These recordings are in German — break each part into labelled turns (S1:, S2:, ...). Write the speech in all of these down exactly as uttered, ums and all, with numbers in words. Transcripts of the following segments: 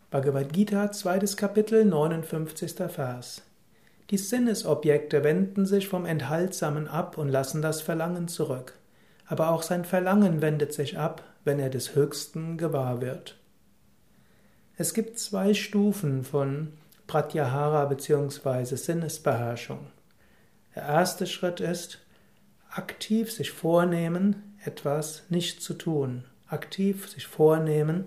S1: Bhagavad Gita, zweites Kapitel, neunundfünfzigster Vers. Die Sinnesobjekte wenden sich vom Enthaltsamen ab und lassen das Verlangen zurück. Aber auch sein Verlangen wendet sich ab, wenn er des Höchsten gewahr wird. Es gibt zwei Stufen von Pratyahara bzw. Sinnesbeherrschung. Der erste Schritt ist, aktiv sich vornehmen, etwas nicht zu tun. Aktiv sich vornehmen,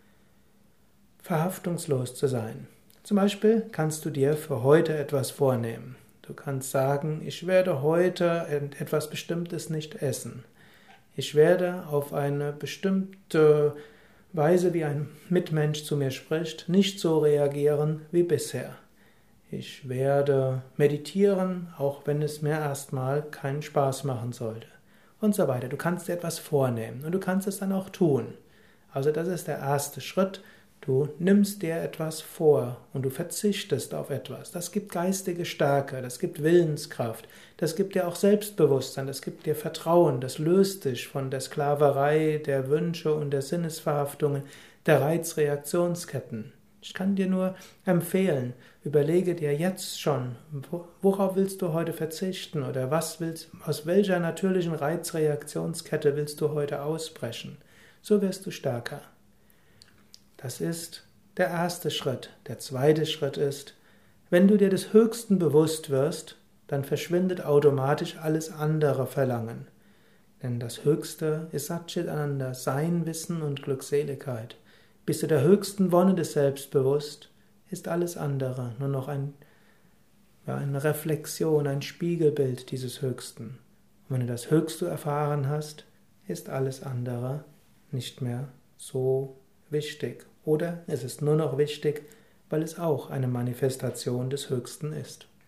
S1: verhaftungslos zu sein. Zum Beispiel kannst du dir für heute etwas vornehmen. Du kannst sagen, ich werde heute etwas Bestimmtes nicht essen. Ich werde auf eine bestimmte Weise, wie ein Mitmensch zu mir spricht, nicht so reagieren wie bisher. Ich werde meditieren, auch wenn es mir erstmal keinen Spaß machen sollte. Und so weiter. Du kannst dir etwas vornehmen und du kannst es dann auch tun. Also das ist der erste Schritt. Du nimmst dir etwas vor und du verzichtest auf etwas. Das gibt geistige Stärke, das gibt Willenskraft, das gibt dir auch Selbstbewusstsein, das gibt dir Vertrauen, das löst dich von der Sklaverei, der Wünsche und der Sinnesverhaftungen, der Reizreaktionsketten. Ich kann dir nur empfehlen, überlege dir jetzt schon, worauf willst du heute verzichten oder was willst, aus welcher natürlichen Reizreaktionskette willst du heute ausbrechen. So wirst du stärker. Das ist der erste Schritt. Der zweite Schritt ist, wenn du dir des Höchsten bewusst wirst, dann verschwindet automatisch alles andere Verlangen. Denn das Höchste ist Satchitananda, Sein, Wissen und Glückseligkeit. Bist du der höchsten Wonne des Selbst bewusst, ist alles andere nur noch ein, ja, eine Reflexion, ein Spiegelbild dieses Höchsten. Und wenn du das Höchste erfahren hast, ist alles andere nicht mehr so wichtig. Oder es ist nur noch wichtig, weil es auch eine Manifestation des Höchsten ist.